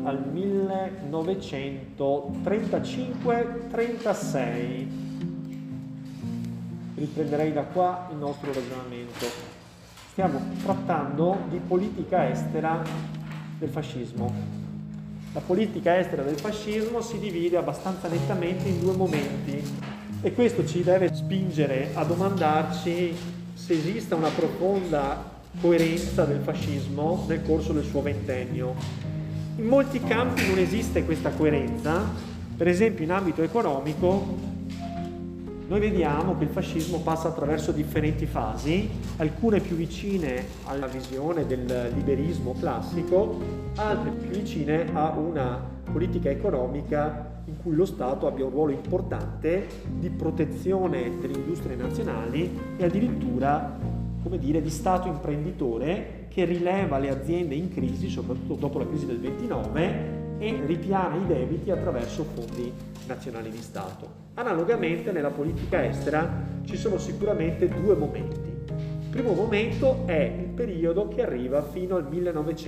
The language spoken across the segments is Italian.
al 1935-36. Riprenderei da qua il nostro ragionamento. Stiamo trattando di politica estera del fascismo. La politica estera del fascismo si divide abbastanza nettamente in due momenti e questo ci deve spingere a domandarci se esista una profonda coerenza del fascismo nel corso del suo ventennio. In molti campi non esiste questa coerenza, per esempio in ambito economico noi vediamo che il fascismo passa attraverso differenti fasi, alcune più vicine alla visione del liberismo classico, altre più vicine a una politica economica in cui lo Stato abbia un ruolo importante di protezione delle industrie nazionali e addirittura, come dire, di Stato imprenditore che rileva le aziende in crisi, soprattutto dopo la crisi del 29, e ripiana i debiti attraverso fondi nazionali di Stato. Analogamente nella politica estera ci sono sicuramente due momenti. Il primo momento è il periodo che arriva fino al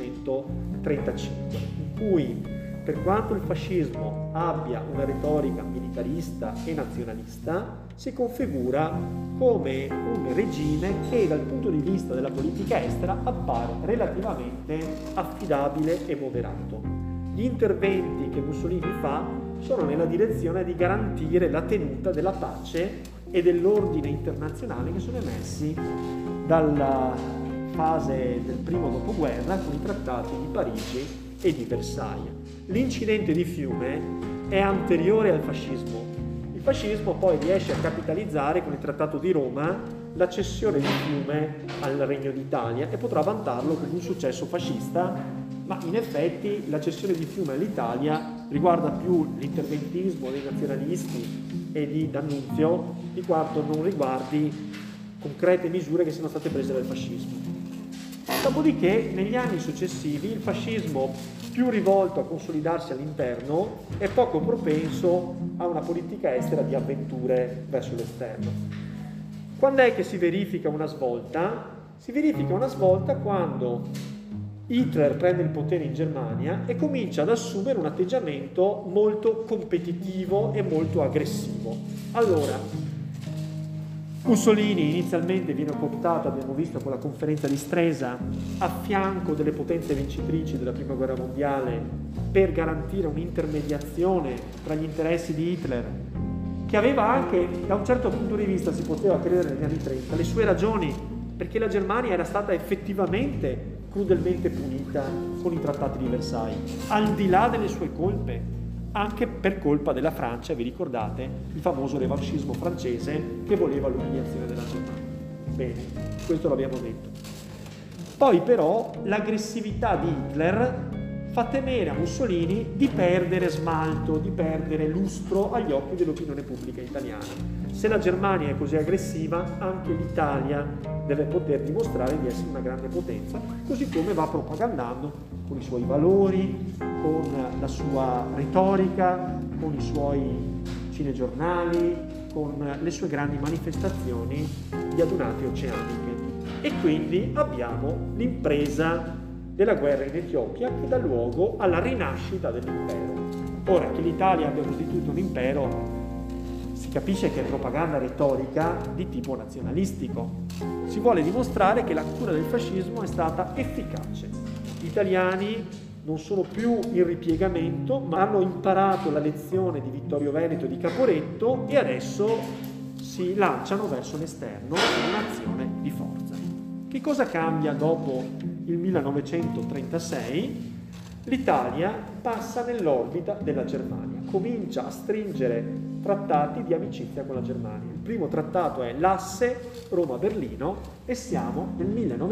1935, in cui per quanto il fascismo abbia una retorica militarista e nazionalista, si configura come un regime che dal punto di vista della politica estera appare relativamente affidabile e moderato. Gli interventi che Mussolini fa sono nella direzione di garantire la tenuta della pace e dell'ordine internazionale che sono emersi dalla fase del primo dopoguerra con i trattati di Parigi e di Versailles. L'incidente di Fiume è anteriore al fascismo. Il fascismo poi riesce a capitalizzare con il Trattato di Roma la cessione di Fiume al Regno d'Italia e potrà vantarlo come un successo fascista, ma in effetti la cessione di Fiume all'Italia riguarda più l'interventismo dei nazionalisti e di D'Annunzio di quanto non riguardi concrete misure che siano state prese dal fascismo. Dopodiché, negli anni successivi, il fascismo, più rivolto a consolidarsi all'interno, è poco propenso a una politica estera di avventure verso l'esterno. Quando è che si verifica una svolta? Si verifica una svolta quando Hitler prende il potere in Germania e comincia ad assumere un atteggiamento molto competitivo e molto aggressivo. Allora, Mussolini inizialmente viene cooptato, abbiamo visto con la conferenza di Stresa, a fianco delle potenze vincitrici della Prima Guerra Mondiale per garantire un'intermediazione tra gli interessi di Hitler, che aveva anche, da un certo punto di vista, si poteva credere negli anni 30, le sue ragioni, perché la Germania era stata effettivamente crudelmente punita con i trattati di Versailles, al di là delle sue colpe, anche per colpa della Francia, vi ricordate il famoso revanchismo francese che voleva l'umiliazione della Germania. Bene, questo l'abbiamo detto. Poi però l'aggressività di Hitler fa temere a Mussolini di perdere smalto, di perdere lustro agli occhi dell'opinione pubblica italiana. Se la Germania è così aggressiva, anche l'Italia deve poter dimostrare di essere una grande potenza, così come va propagandando con i suoi valori, con la sua retorica, con i suoi cinegiornali, con le sue grandi manifestazioni di adunate oceaniche. E quindi abbiamo l'impresa della guerra in Etiopia che dà luogo alla rinascita dell'impero. Ora, che l'Italia abbia costituito un impero si capisce che è propaganda retorica di tipo nazionalistico. Si vuole dimostrare che la cura del fascismo è stata efficace. Gli italiani non sono più in ripiegamento, ma hanno imparato la lezione di Vittorio Veneto e di Caporetto e adesso si lanciano verso l'esterno in un'azione di forza. Che cosa cambia dopo il 1936? L'Italia passa nell'orbita della Germania, comincia a stringere trattati di amicizia con la Germania. Il primo trattato è l'Asse Roma-Berlino e siamo nel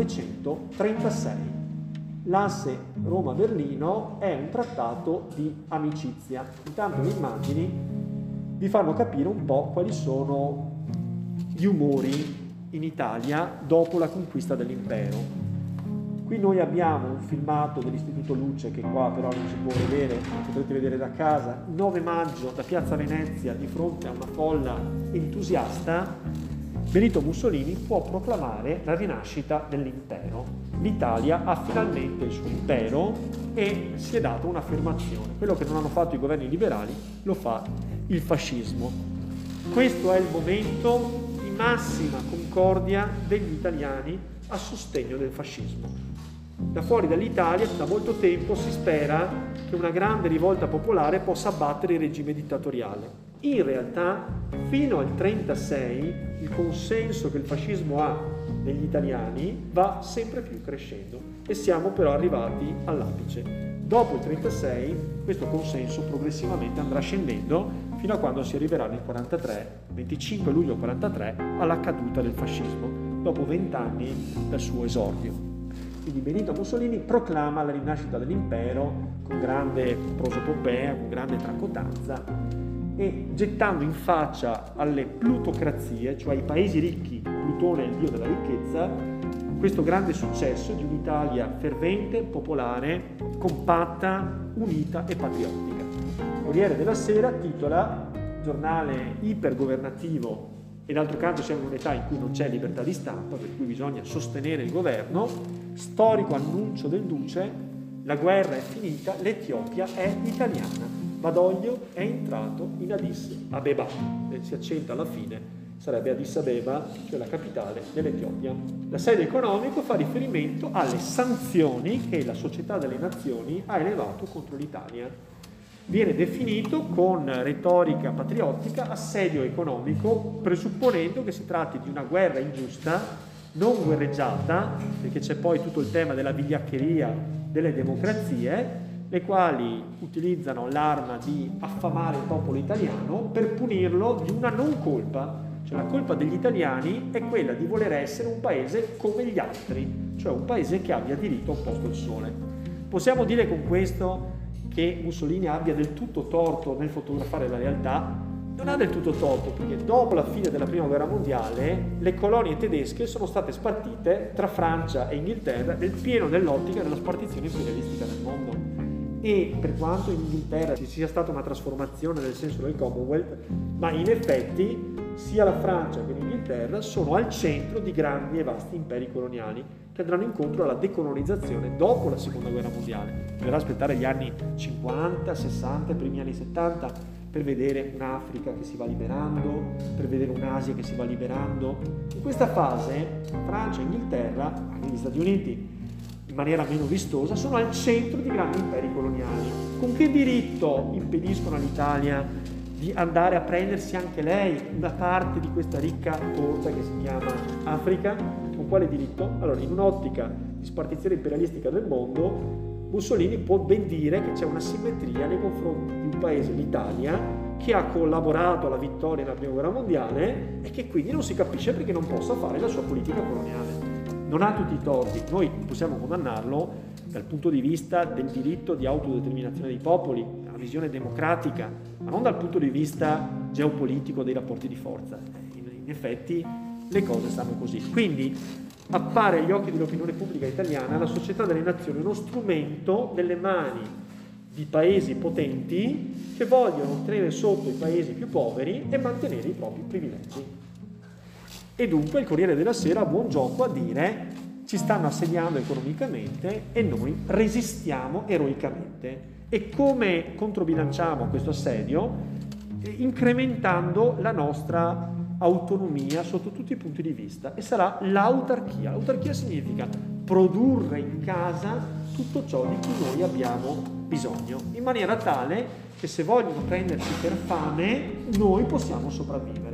1936. L'Asse Roma-Berlino è un trattato di amicizia. Intanto le immagini vi fanno capire un po' quali sono gli umori in Italia dopo la conquista dell'impero. Qui noi abbiamo un filmato dell'Istituto Luce che qua però non si può vedere, lo potrete vedere da casa, 9 maggio da Piazza Venezia di fronte a una folla entusiasta Benito Mussolini può proclamare la rinascita dell'impero. L'Italia ha finalmente il suo impero e si è data un'affermazione. Quello che non hanno fatto i governi liberali lo fa il fascismo. Questo è il momento di massima concordia degli italiani a sostegno del fascismo. Da fuori dall'Italia da molto tempo si spera che una grande rivolta popolare possa abbattere il regime dittatoriale. In realtà, fino al 1936, il consenso che il fascismo ha negli italiani va sempre più crescendo e siamo però arrivati all'apice. Dopo il 1936, questo consenso progressivamente andrà scendendo fino a quando si arriverà nel 1943, 25 luglio 1943, alla caduta del fascismo, dopo 20 anni dal suo esordio. Quindi Benito Mussolini proclama la rinascita dell'impero con grande prosopopea, con grande tracotanza e gettando in faccia alle plutocrazie, cioè ai paesi ricchi, Plutone è il dio della ricchezza, questo grande successo di un'Italia fervente, popolare, compatta, unita e patriottica. Corriere della Sera titola, giornale ipergovernativo, e d'altro canto siamo in un'età in cui non c'è libertà di stampa, per cui bisogna sostenere il governo, storico annuncio del duce, la guerra è finita, l'Etiopia è italiana, Badoglio è entrato in Addis Abeba, si accenta alla fine, sarebbe Addis Abeba, cioè la capitale dell'Etiopia. L'assedio economico fa riferimento alle sanzioni che la Società delle Nazioni ha elevato contro l'Italia. Viene definito con retorica patriottica assedio economico, presupponendo che si tratti di una guerra ingiusta, non guerreggiata, perché c'è poi tutto il tema della vigliaccheria delle democrazie, le quali utilizzano l'arma di affamare il popolo italiano per punirlo di una non colpa. Cioè la colpa degli italiani è quella di voler essere un paese come gli altri, cioè un paese che abbia diritto a un posto al sole. Possiamo dire con questo che Mussolini abbia del tutto torto nel fotografare la realtà? Non ha del tutto torto, perché dopo la fine della Prima Guerra Mondiale le colonie tedesche sono state spartite tra Francia e Inghilterra nel pieno dell'ottica della spartizione imperialistica del mondo. E per quanto in Inghilterra ci sia stata una trasformazione nel senso del Commonwealth, ma in effetti sia la Francia che l'Inghilterra sono al centro di grandi e vasti imperi coloniali che andranno incontro alla decolonizzazione dopo la Seconda Guerra Mondiale. Bisognerà aspettare gli anni 50, 60, i primi anni 70 per vedere un'Africa che si va liberando, per vedere un'Asia che si va liberando. In questa fase Francia e Inghilterra, anche gli Stati Uniti in maniera meno vistosa, sono al centro di grandi imperi coloniali. Con che diritto impediscono all'Italia di andare a prendersi anche lei una parte di questa ricca torta che si chiama Africa? Con quale diritto? Allora, in un'ottica di spartizione imperialistica del mondo, Mussolini può ben dire che c'è una simmetria nei confronti di un paese, l'Italia, che ha collaborato alla vittoria nella Prima Guerra Mondiale e che quindi non si capisce perché non possa fare la sua politica coloniale. Non ha tutti i torti, noi possiamo condannarlo dal punto di vista del diritto di autodeterminazione dei popoli, una visione democratica, ma non dal punto di vista geopolitico dei rapporti di forza. In effetti le cose stanno così. Quindi appare agli occhi dell'opinione pubblica italiana la Società delle Nazioni uno strumento nelle mani di paesi potenti che vogliono tenere sotto i paesi più poveri e mantenere i propri privilegi. E dunque il Corriere della Sera ha buon gioco a dire: ci stanno assediando economicamente e noi resistiamo eroicamente. E come controbilanciamo questo assedio? Incrementando la nostra autonomia sotto tutti i punti di vista, e sarà l'autarchia. L'autarchia significa produrre in casa tutto ciò di cui noi abbiamo bisogno, in maniera tale che se vogliono prenderci per fame, noi possiamo sopravvivere.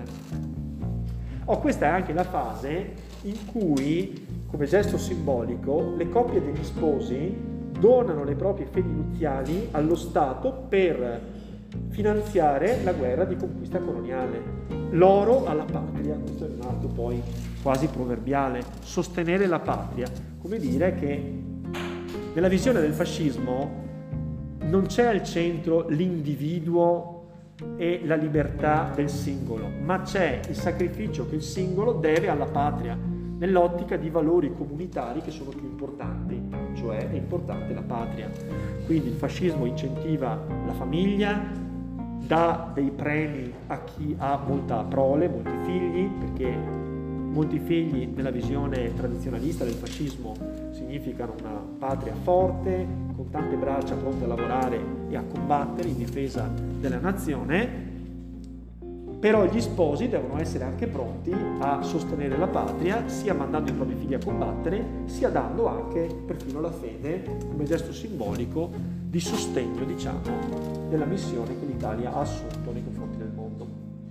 Questa è anche la fase in cui, come gesto simbolico, le coppie degli sposi donano le proprie fedi nuziali allo Stato per finanziare la guerra di conquista coloniale. L'oro alla patria, questo è un atto poi quasi proverbiale, sostenere la patria, come dire che nella visione del fascismo non c'è al centro l'individuo e la libertà del singolo, ma c'è il sacrificio che il singolo deve alla patria, nell'ottica di valori comunitari che sono più importanti, cioè è importante la patria. Quindi il fascismo incentiva la famiglia, dà dei premi a chi ha molta prole, molti figli, perché Molti figli, nella visione tradizionalista del fascismo, significano una patria forte, con tante braccia pronte a lavorare e a combattere in difesa della nazione, però gli sposi devono essere anche pronti a sostenere la patria, sia mandando i propri figli a combattere, sia dando anche perfino la fede come gesto simbolico di sostegno, diciamo, della missione che l'Italia ha assunto nei confronti del mondo.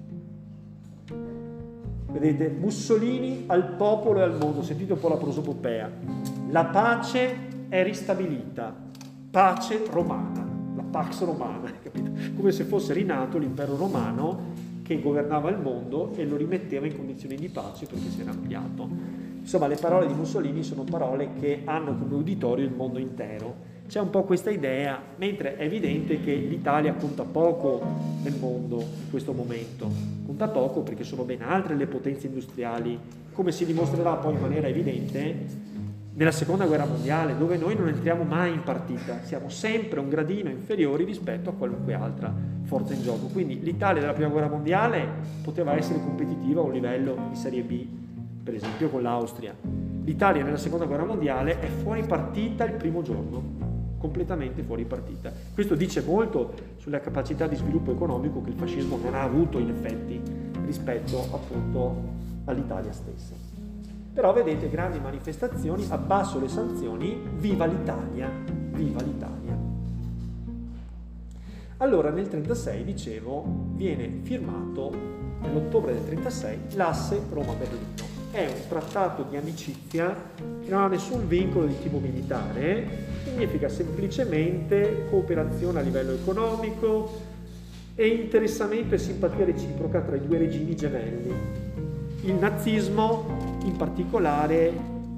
Vedete, Mussolini al popolo e al mondo, sentite un po' la prosopopea. La pace è ristabilita, pace romana, la Pax Romana, capito? Come se fosse rinato l'impero romano che governava il mondo e lo rimetteva in condizioni di pace perché si era ampliato. Insomma, le parole di Mussolini sono parole che hanno come uditorio il mondo intero. C'è un po' questa idea, mentre è evidente che l'Italia conta poco nel mondo in questo momento. Conta poco perché sono ben altre le potenze industriali, come si dimostrerà poi in maniera evidente nella Seconda Guerra Mondiale, dove noi non entriamo mai in partita, siamo sempre un gradino inferiori rispetto a qualunque altra forza in gioco. Quindi l'Italia della Prima Guerra Mondiale poteva essere competitiva a un livello di Serie B, per esempio con l'Austria. L'Italia nella Seconda Guerra Mondiale è fuori partita il primo giorno, completamente fuori partita. Questo dice molto sulla capacità di sviluppo economico che il fascismo non ha avuto in effetti rispetto appunto all'Italia stessa. Però vedete grandi manifestazioni, abbasso le sanzioni, viva l'Italia, viva l'Italia. Allora nel 1936, dicevo, viene firmato nell'ottobre del 1936 l'asse Roma-Berlino. È un trattato di amicizia che non ha nessun vincolo di tipo militare, significa semplicemente cooperazione a livello economico e interessamento e simpatia reciproca tra i due regimi gemelli. Il nazismo, in particolare,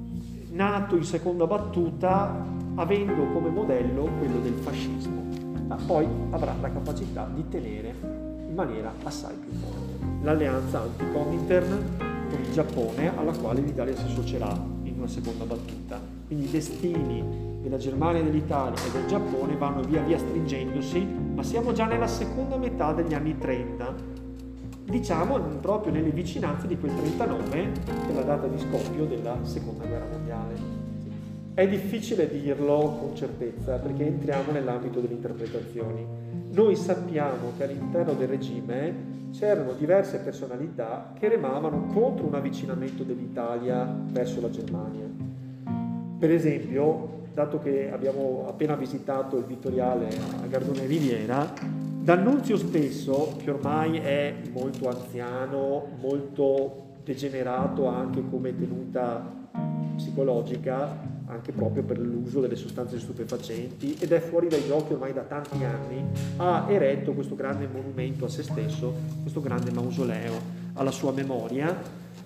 nato in seconda battuta, avendo come modello quello del fascismo, ma poi avrà la capacità di tenere in maniera assai più forte l'alleanza anti-Comintern con il Giappone, alla quale l'Italia si associerà in una seconda battuta. Quindi i destini della Germania, dell'Italia e del Giappone vanno via via stringendosi, ma siamo già nella seconda metà degli anni 30, diciamo proprio nelle vicinanze di quel 39, che è la data di scoppio della Seconda Guerra Mondiale. È difficile dirlo con certezza perché entriamo nell'ambito delle interpretazioni. Noi sappiamo che all'interno del regime c'erano diverse personalità che remavano contro un avvicinamento dell'Italia verso la Germania. Per esempio, dato che abbiamo appena visitato il Vittoriale a Gardone Riviera, D'Annunzio stesso, che ormai è molto anziano, molto degenerato anche come tenuta psicologica, anche proprio per l'uso delle sostanze stupefacenti, ed è fuori dai giochi ormai da tanti anni, ha eretto questo grande monumento a se stesso, questo grande mausoleo alla sua memoria.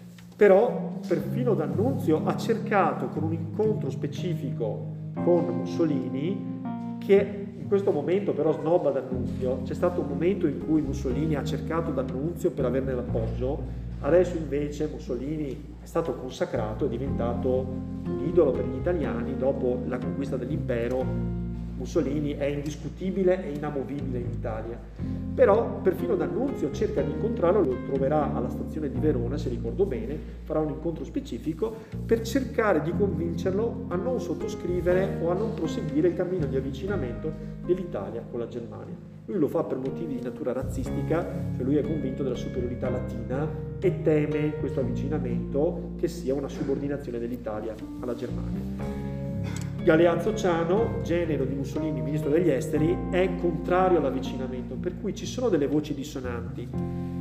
Però perfino D'Annunzio ha cercato, con un incontro specifico con Mussolini, che in questo momento però snobba D'Annunzio. C'è stato un momento in cui Mussolini ha cercato D'Annunzio per averne l'appoggio, adesso invece Mussolini è stato consacrato, è diventato un idolo per gli italiani. Dopo la conquista dell'impero Mussolini è indiscutibile e inamovibile in Italia. Però perfino D'Annunzio cerca di incontrarlo, lo troverà alla stazione di Verona, se ricordo bene, farà un incontro specifico per cercare di convincerlo a non sottoscrivere o a non proseguire il cammino di avvicinamento dell'Italia con la Germania. Lui lo fa per motivi di natura razzistica, cioè lui è convinto della superiorità latina e teme questo avvicinamento che sia una subordinazione dell'Italia alla Germania. Galeazzo Ciano, genero di Mussolini, ministro degli esteri, è contrario all'avvicinamento, per cui ci sono delle voci dissonanti.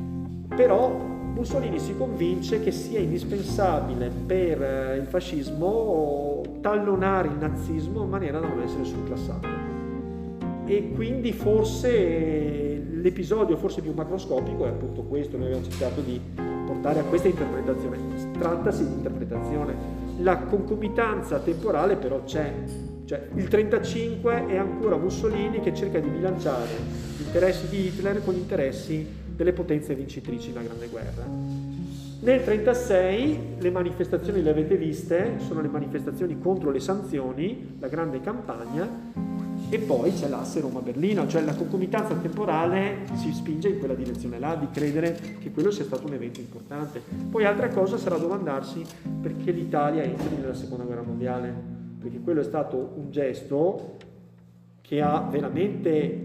Però Mussolini si convince che sia indispensabile per il fascismo tallonare il nazismo in maniera da non essere surclassato. E quindi forse l'episodio forse più macroscopico è appunto questo, noi abbiamo cercato di portare a questa interpretazione. Trattasi di interpretazione. La concomitanza temporale però c'è, cioè il 35 è ancora Mussolini che cerca di bilanciare gli interessi di Hitler con gli interessi delle potenze vincitrici nella Grande Guerra. Nel 36 le manifestazioni le avete viste, sono le manifestazioni contro le sanzioni, la grande campagna, E poi c'è l'asse Roma-Berlino, cioè la concomitanza temporale si spinge in quella direzione là, di credere che quello sia stato un evento importante. Poi altra cosa sarà domandarsi perché l'Italia entri nella seconda guerra mondiale, perché quello è stato un gesto che ha veramente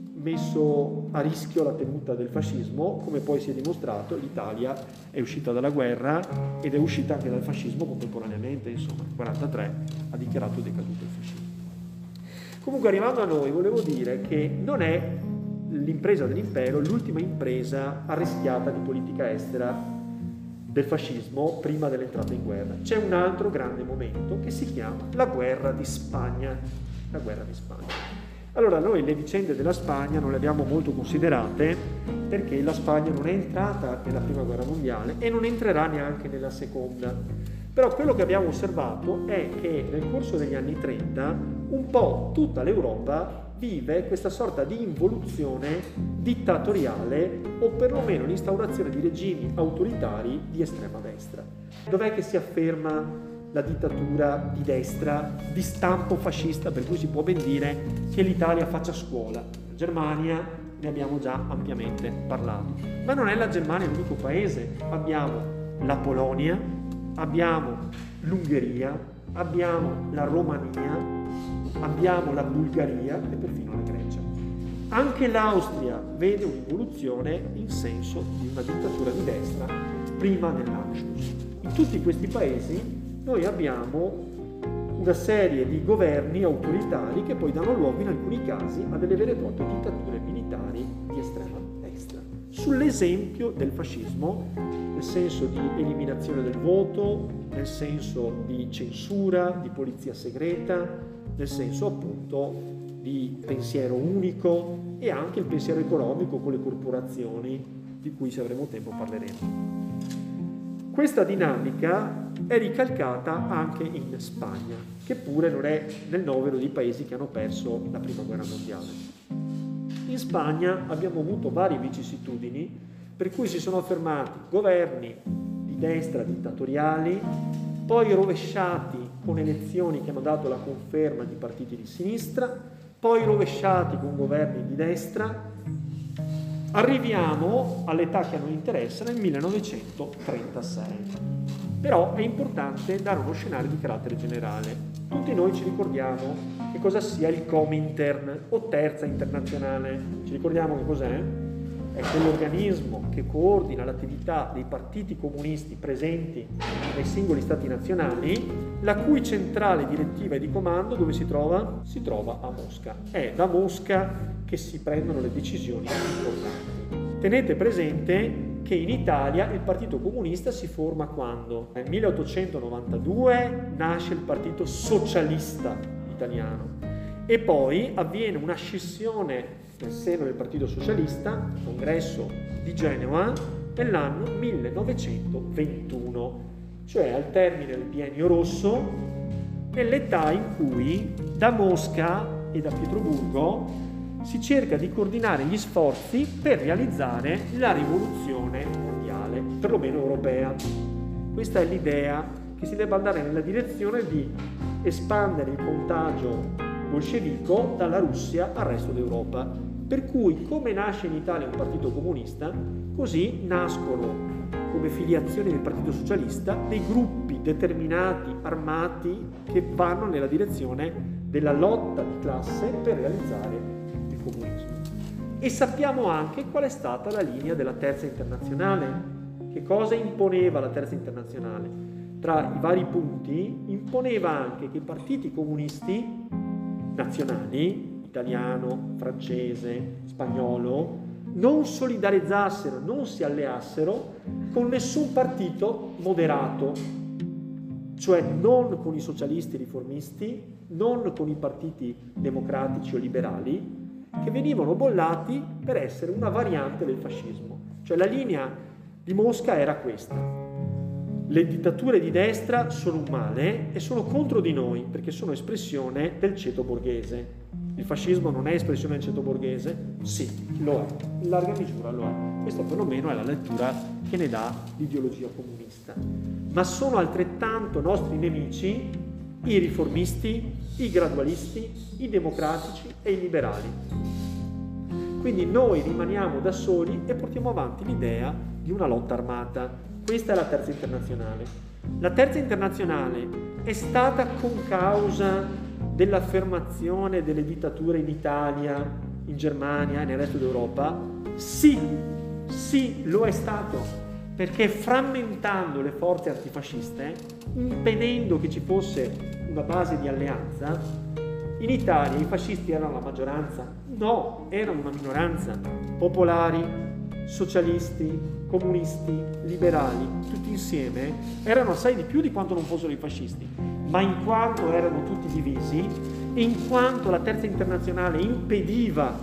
messo a rischio la tenuta del fascismo. Come poi si è dimostrato, l'Italia è uscita dalla guerra ed è uscita anche dal fascismo contemporaneamente, insomma, nel 1943 ha dichiarato decaduto il fascismo. Comunque, arrivando a noi, volevo dire che non è l'impresa dell'impero l'ultima impresa arrischiata di politica estera del fascismo prima dell'entrata in guerra. C'è un altro grande momento che si chiama la guerra di Spagna. La guerra di Spagna. Allora, noi le vicende della Spagna non le abbiamo molto considerate perché la Spagna non è entrata nella prima guerra mondiale e non entrerà neanche nella seconda. Però quello che abbiamo osservato è che nel corso degli anni 30 un po' tutta l'Europa vive questa sorta di involuzione dittatoriale o perlomeno l'instaurazione di regimi autoritari di estrema destra. Dov'è che si afferma la dittatura di destra, di stampo fascista, per cui si può ben dire che l'Italia faccia scuola? La Germania, ne abbiamo già ampiamente parlato. Ma non è la Germania l'unico paese. Abbiamo la Polonia, abbiamo l'Ungheria, abbiamo la Romania, abbiamo la Bulgaria e perfino la Grecia. Anche l'Austria vede un'evoluzione in senso di una dittatura di destra prima dell'Anschluss. In tutti questi paesi noi abbiamo una serie di governi autoritari che poi danno luogo in alcuni casi a delle vere e proprie dittature militari di estrema destra. Sull'esempio del fascismo, nel senso di eliminazione del voto, nel senso di censura, di polizia segreta, nel senso appunto di pensiero unico e anche il pensiero economico con le corporazioni, di cui se avremo tempo parleremo. Questa dinamica è ricalcata anche in Spagna, che pure non è nel novero di paesi che hanno perso la prima guerra mondiale. In Spagna abbiamo avuto varie vicissitudini per cui si sono affermati governi di destra dittatoriali, poi rovesciati con elezioni che hanno dato la conferma di partiti di sinistra, poi rovesciati con governi di destra. Arriviamo all'età che a noi interessa, nel 1936. Però è importante dare uno scenario di carattere generale. Tutti noi ci ricordiamo che cosa sia il Comintern o Terza Internazionale. Ci ricordiamo che cos'è? È quell'organismo che coordina l'attività dei partiti comunisti presenti nei singoli stati nazionali, la cui centrale direttiva e di comando dove si trova? Si trova a Mosca. È da Mosca che si prendono le decisioni importanti. Tenete presente che in Italia il Partito Comunista si forma quando? Nel 1892 nasce il Partito Socialista Italiano e poi avviene una scissione nel seno del Partito Socialista, congresso di Genova, nell'anno 1921, cioè al termine del biennio rosso, nell'età in cui da Mosca e da Pietroburgo si cerca di coordinare gli sforzi per realizzare la rivoluzione mondiale, perlomeno europea. Questa è l'idea, che si debba andare nella direzione di espandere il contagio bolscevico dalla Russia al resto d'Europa. Per cui, come nasce in Italia un partito comunista, così nascono come filiazioni del Partito Socialista dei gruppi determinati, armati, che vanno nella direzione della lotta di classe per realizzare il comunismo. E sappiamo anche qual è stata la linea della Terza Internazionale. Che cosa imponeva la Terza Internazionale? Tra i vari punti imponeva anche che i partiti comunisti nazionali, italiano, francese, spagnolo, non solidarizzassero, non si alleassero con nessun partito moderato, cioè non con i socialisti riformisti, non con i partiti democratici o liberali, che venivano bollati per essere una variante del fascismo. Cioè la linea di Mosca era questa: le dittature di destra sono un male e sono contro di noi perché sono espressione del ceto borghese. Il fascismo non è espressione del ceto borghese? Sì, lo è, in larga misura lo è. Questa perlomeno è la lettura che ne dà l'ideologia comunista. Ma sono altrettanto nostri nemici i riformisti, i gradualisti, i democratici e i liberali. Quindi noi rimaniamo da soli e portiamo avanti l'idea di una lotta armata. Questa è la Terza Internazionale. La Terza Internazionale è stata concausa dell'affermazione delle dittature in Italia, in Germania e nel resto d'Europa? Sì, lo è stato, perché frammentando le forze antifasciste, impedendo che ci fosse una base di alleanza, in Italia i fascisti erano la maggioranza? No, erano una minoranza. Popolari, socialisti, comunisti, liberali, tutti insieme, erano assai di più di quanto non fossero i fascisti, ma in quanto erano tutti divisi e in quanto la Terza Internazionale impediva,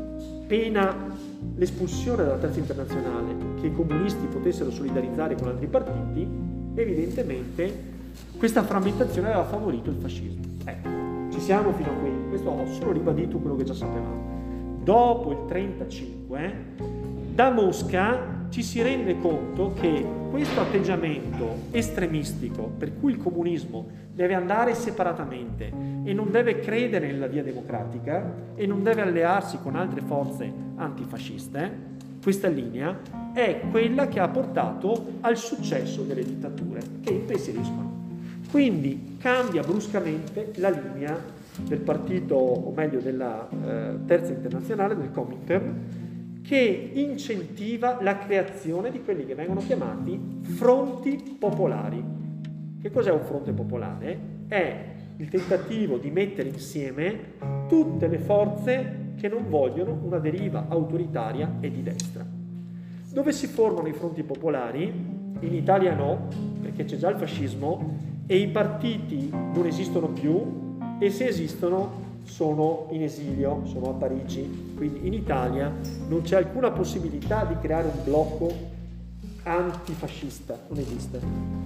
pena l'espulsione dalla Terza Internazionale, che i comunisti potessero solidarizzare con altri partiti, evidentemente questa frammentazione aveva favorito il fascismo. Ecco, ci siamo fino a qui. Questo ho solo ribadito quello che già sapevamo. Dopo il 1935, da Mosca ci si rende conto che questo atteggiamento estremistico, per cui il comunismo deve andare separatamente e non deve credere nella via democratica e non deve allearsi con altre forze antifasciste, questa linea è quella che ha portato al successo delle dittature che impensieriscono. Quindi cambia bruscamente la linea del partito, o meglio della Terza Internazionale, del Comintern, che incentiva la creazione di quelli che vengono chiamati fronti popolari. Che cos'è un fronte popolare? È il tentativo di mettere insieme tutte le forze che non vogliono una deriva autoritaria e di destra. Dove si formano i fronti popolari? In Italia no, perché c'è già il fascismo e i partiti non esistono più, e se esistono sono in esilio, sono a Parigi. Quindi in Italia non c'è alcuna possibilità di creare un blocco antifascista, non esiste.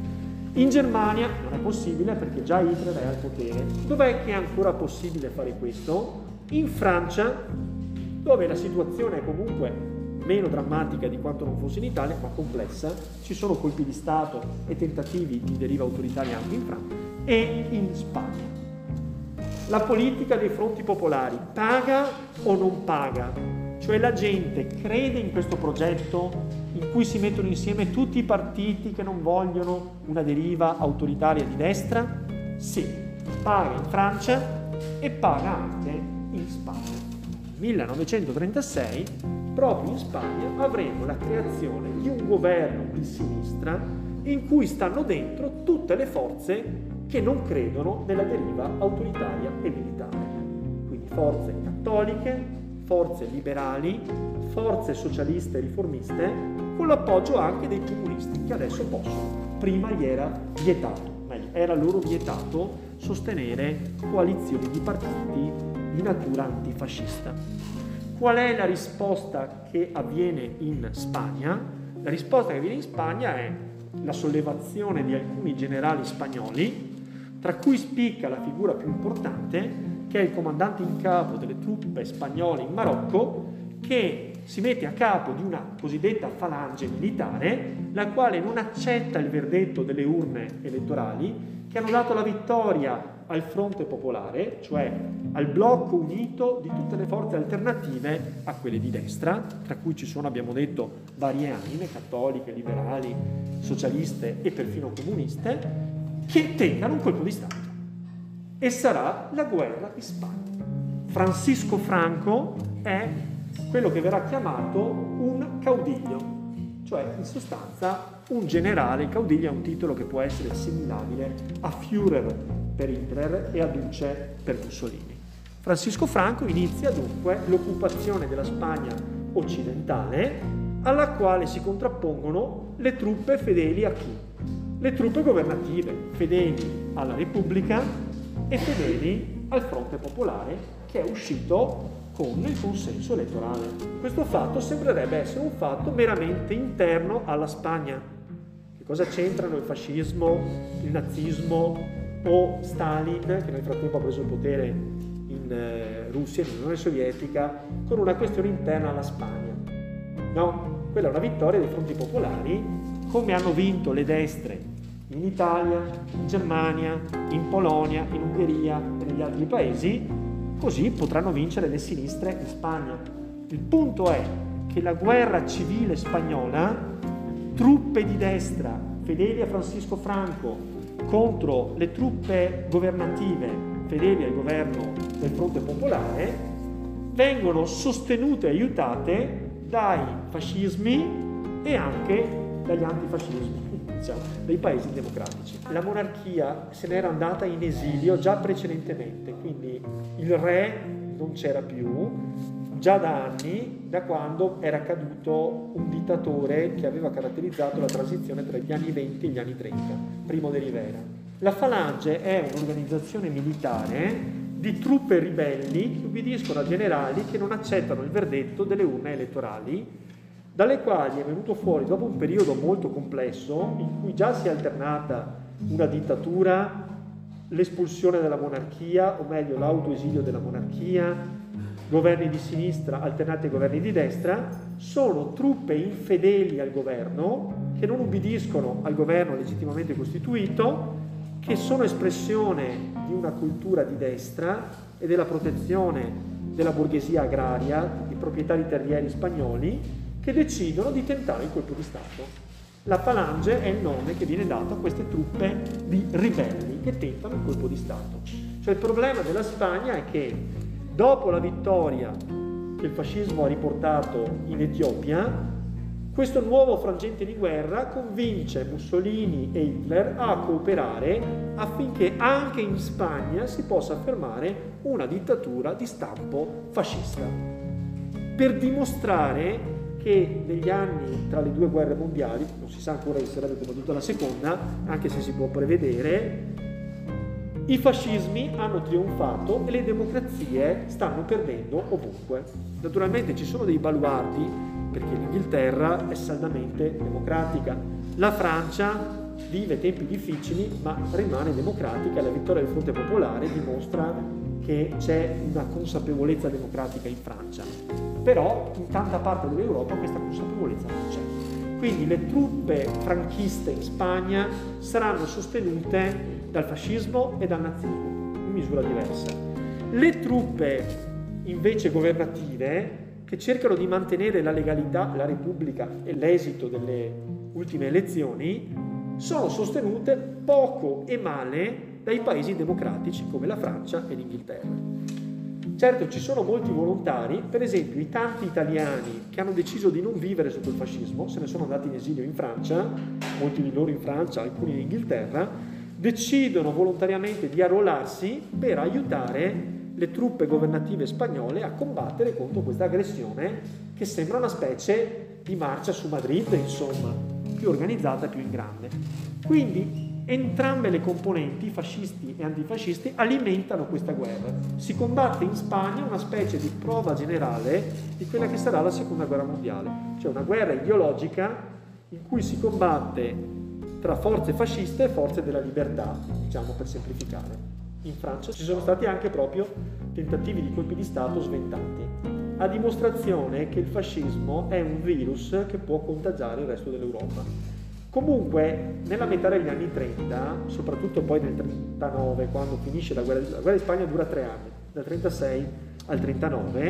In Germania non è possibile perché già Hitler è al potere. Dov'è che è ancora possibile fare questo? In Francia, dove la situazione è comunque meno drammatica di quanto non fosse in Italia, ma complessa, ci sono colpi di Stato e tentativi di deriva autoritaria anche in Francia, e in Spagna. La politica dei fronti popolari paga o non paga? Cioè la gente crede in questo progetto in cui si mettono insieme tutti i partiti che non vogliono una deriva autoritaria di destra? Sì, paga in Francia e paga anche in Spagna. Nel 1936, proprio in Spagna, avremo la creazione di un governo di sinistra in cui stanno dentro tutte le forze che non credono nella deriva autoritaria e militare. Quindi forze cattoliche, forze liberali, forze socialiste e riformiste, con l'appoggio anche dei comunisti che adesso possono. Prima gli era vietato, meglio, era loro vietato sostenere coalizioni di partiti di natura antifascista. Qual è la risposta che avviene in Spagna? La risposta che avviene in Spagna è la sollevazione di alcuni generali spagnoli, tra cui spicca la figura più importante, che è il comandante in capo delle truppe spagnole in Marocco, che si mette a capo di una cosiddetta falange militare, la quale non accetta il verdetto delle urne elettorali, che hanno dato la vittoria al fronte popolare, cioè al blocco unito di tutte le forze alternative a quelle di destra, tra cui ci sono, abbiamo detto, varie anime, cattoliche, liberali, socialiste e perfino comuniste, che tengano un colpo di Stato. E sarà la guerra di Spagna. Francisco Franco è quello che verrà chiamato un caudiglio, cioè in sostanza un generale. Il caudiglio è un titolo che può essere assimilabile a Führer per Hitler e a Duce per Mussolini. Francisco Franco inizia dunque l'occupazione della Spagna occidentale, alla quale si contrappongono le truppe fedeli a chi? Le truppe governative, fedeli alla Repubblica e fedeli al Fronte Popolare, che è uscito con il consenso elettorale. Questo fatto sembrerebbe essere un fatto meramente interno alla Spagna. Che cosa c'entrano il fascismo, il nazismo o Stalin, che nel frattempo ha preso il potere in Russia, in Unione Sovietica, con una questione interna alla Spagna? No, quella è una vittoria dei fronti popolari, come hanno vinto le destre in Italia, in Germania, in Polonia, in Ungheria e negli altri paesi, così potranno vincere le sinistre in Spagna. Il punto è che la guerra civile spagnola, truppe di destra fedeli a Francisco Franco contro le truppe governative fedeli al governo del Fronte Popolare, vengono sostenute e aiutate dai fascismi e anche dagli antifascismi, diciamo, dei paesi democratici. La monarchia se n'era andata in esilio già precedentemente, quindi il re non c'era più, già da anni, da quando era caduto un dittatore che aveva caratterizzato la transizione tra gli anni 20 e gli anni 30, Primo de Rivera. La Falange è un'organizzazione militare di truppe ribelli che ubbidiscono a generali che non accettano il verdetto delle urne elettorali, dalle quali è venuto fuori, dopo un periodo molto complesso, in cui già si è alternata una dittatura, l'espulsione della monarchia, o meglio l'autoesilio della monarchia, governi di sinistra alternati ai governi di destra, sono truppe infedeli al governo, che non ubbidiscono al governo legittimamente costituito, che sono espressione di una cultura di destra e della protezione della borghesia agraria, di proprietari terrieri spagnoli, che decidono di tentare il colpo di Stato. La Falange è il nome che viene dato a queste truppe di ribelli che tentano il colpo di Stato. Cioè il problema della Spagna è che dopo la vittoria che il fascismo ha riportato in Etiopia, questo nuovo frangente di guerra convince Mussolini e Hitler a cooperare affinché anche in Spagna si possa affermare una dittatura di stampo fascista, per dimostrare che negli anni tra le due guerre mondiali, non si sa ancora se sarebbe combattuta la seconda, anche se si può prevedere, i fascismi hanno trionfato e le democrazie stanno perdendo ovunque. Naturalmente ci sono dei baluardi, perché l'Inghilterra è saldamente democratica. La Francia vive tempi difficili, ma rimane democratica e la vittoria del Fronte Popolare dimostra che c'è una consapevolezza democratica in Francia. Però in tanta parte dell'Europa questa consapevolezza non c'è. Quindi le truppe franchiste in Spagna saranno sostenute dal fascismo e dal nazismo, in misura diversa. Le truppe invece governative, che cercano di mantenere la legalità, la Repubblica e l'esito delle ultime elezioni, sono sostenute poco e male dai paesi democratici come la Francia e l'Inghilterra. Certo, ci sono molti volontari, per esempio i tanti italiani che hanno deciso di non vivere sotto il fascismo, se ne sono andati in esilio in Francia, molti di loro in Francia, alcuni in Inghilterra, decidono volontariamente di arruolarsi per aiutare le truppe governative spagnole a combattere contro questa aggressione che sembra una specie di marcia su Madrid, insomma, più organizzata, più in grande. Quindi entrambe le componenti, fascisti e antifascisti, alimentano questa guerra. Si combatte in Spagna una specie di prova generale di quella che sarà la seconda guerra mondiale, cioè una guerra ideologica in cui si combatte tra forze fasciste e forze della libertà, diciamo per semplificare. In Francia ci sono stati anche proprio tentativi di colpi di Stato sventati, a dimostrazione che il fascismo è un virus che può contagiare il resto dell'Europa. Comunque, nella metà degli anni 30, soprattutto poi nel 39, quando finisce la guerra di Spagna dura 3 anni, dal 36 al 39,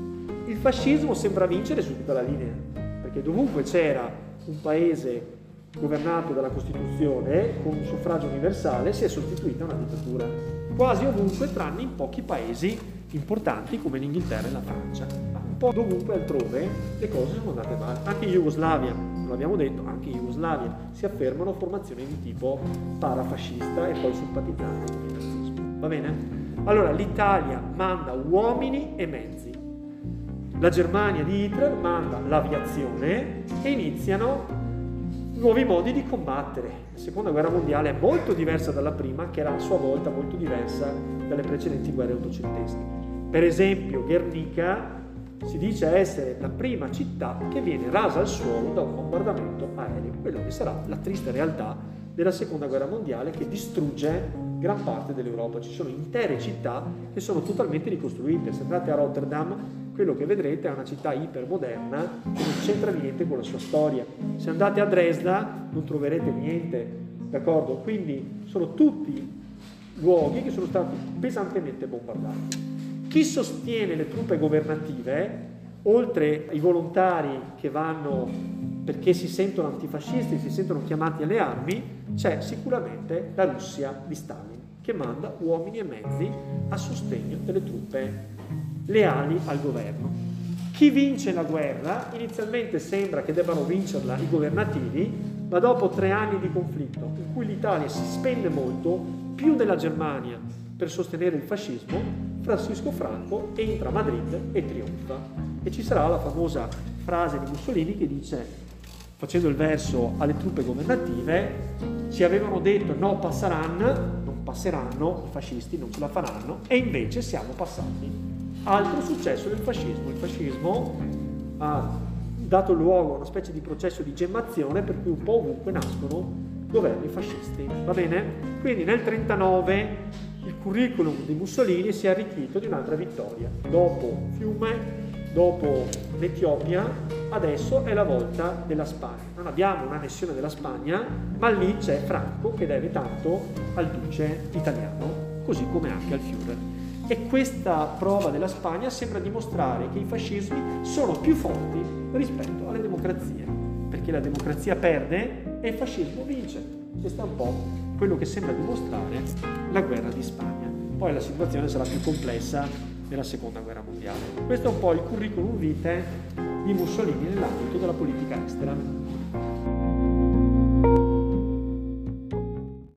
il fascismo sembra vincere su tutta la linea, perché dovunque c'era un paese governato dalla Costituzione con un suffragio universale si è sostituita una dittatura, quasi ovunque tranne in pochi paesi importanti come l'Inghilterra e la Francia. Un po' dovunque altrove le cose sono andate male, anche in Jugoslavia, non l'abbiamo detto, anche in Jugoslavia si affermano formazioni di tipo parafascista e poi simpatizzanti con il nazismo. Va bene? Allora l'Italia manda uomini e mezzi, la Germania di Hitler manda l'aviazione e iniziano nuovi modi di combattere. La seconda guerra mondiale è molto diversa dalla prima, che era a sua volta molto diversa dalle precedenti guerre ottocentesche. Per esempio, Guernica si dice essere la prima città che viene rasa al suolo da un bombardamento aereo, quello che sarà la triste realtà della seconda guerra mondiale che distrugge gran parte dell'Europa. Ci sono intere città che sono totalmente ricostruite. Se andate a Rotterdam, quello che vedrete è una città ipermoderna che non c'entra niente con la sua storia. Se andate a Dresda non troverete niente d'accordo? Quindi sono tutti luoghi che sono stati pesantemente bombardati. Chi sostiene le truppe governative, oltre ai volontari che vanno perché si sentono antifascisti, si sentono chiamati alle armi, c'è sicuramente la Russia di Stalin, che manda uomini e mezzi a sostegno delle truppe leali al governo. Chi vince la guerra? Inizialmente sembra che debbano vincerla i governativi, ma dopo 3 anni di conflitto, in cui l'Italia si spende molto, più della Germania, per sostenere il fascismo, Francisco Franco entra a Madrid e trionfa. E ci sarà la famosa frase di Mussolini che dice, facendo il verso alle truppe governative, ci avevano detto no passeranno, non passeranno, i fascisti non ce la faranno, e invece siamo passati. Altro successo del fascismo. Il fascismo ha dato luogo a una specie di processo di gemmazione per cui un po' ovunque nascono governi fascisti, va bene? Quindi nel 1939 il curriculum di Mussolini si è arricchito di un'altra vittoria. Dopo Fiume, dopo l'Etiopia, adesso è la volta della Spagna. Non abbiamo un'annessione della Spagna, ma lì c'è Franco che deve tanto al duce italiano, così come anche al Führer. E questa prova della Spagna sembra dimostrare che i fascismi sono più forti rispetto alle democrazie, perché la democrazia perde e il fascismo vince. Questo è un po' quello che sembra dimostrare la guerra di Spagna. Poi la situazione sarà più complessa nella seconda guerra mondiale. Questo è un po' il curriculum vitae di Mussolini nell'ambito della politica estera.